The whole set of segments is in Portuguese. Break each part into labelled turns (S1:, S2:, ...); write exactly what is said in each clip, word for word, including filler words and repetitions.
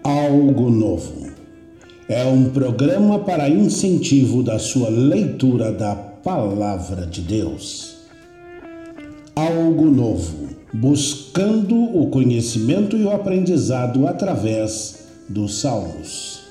S1: Algo Novo é um programa para incentivo da sua leitura da Palavra de Deus. Algo Novo, buscando o conhecimento e o aprendizado através dos Salmos.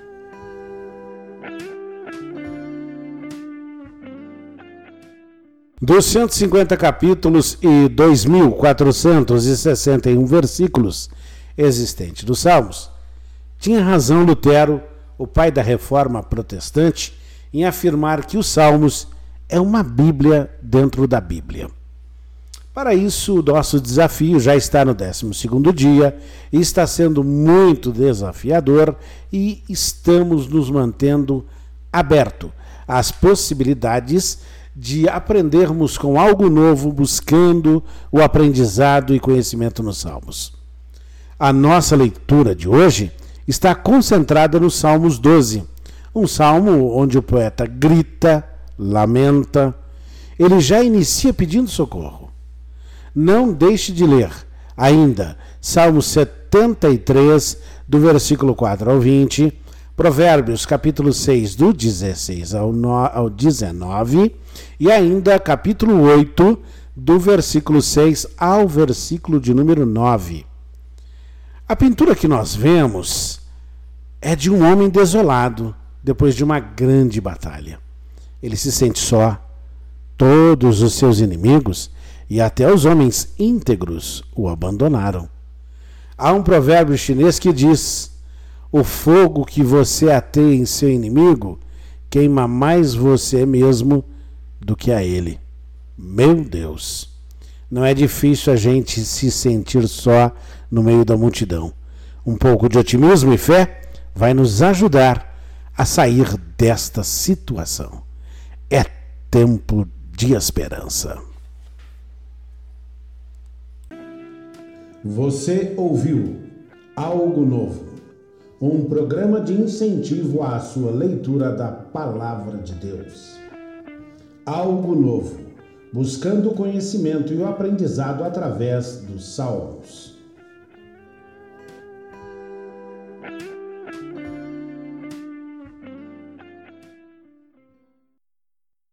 S2: Dos cento e cinquenta capítulos e dois mil quatrocentos e sessenta e um versículos existentes dos Salmos, tinha razão Lutero, o pai da Reforma Protestante, em afirmar que os Salmos é uma Bíblia dentro da Bíblia. Para isso, o nosso desafio já está no décimo segundo dia e está sendo muito desafiador e estamos nos mantendo aberto às possibilidades de aprendermos com algo novo, buscando o aprendizado e conhecimento nos Salmos. A nossa leitura de hoje está concentrada no Salmos doze, um salmo onde o poeta grita, lamenta, ele já inicia pedindo socorro. Não deixe de ler ainda Salmo setenta e três, do versículo quatro ao vinte, Provérbios capítulo seis, do dezesseis ao dezenove, e ainda capítulo oito, do versículo seis ao versículo de número nove. A pintura que nós vemos é de um homem desolado depois de uma grande batalha. Ele se sente só, todos os seus inimigos e até os homens íntegros o abandonaram. Há um provérbio chinês que diz: o fogo que você ateia em seu inimigo queima mais você mesmo do que a ele. Meu Deus! Não é difícil a gente se sentir só no meio da multidão. Um pouco de otimismo e fé vai nos ajudar a sair desta situação. É tempo de esperança.
S1: Você ouviu Algo Novo, um programa de incentivo à sua leitura da Palavra de Deus. Algo Novo, buscando o conhecimento e o aprendizado através dos Salmos.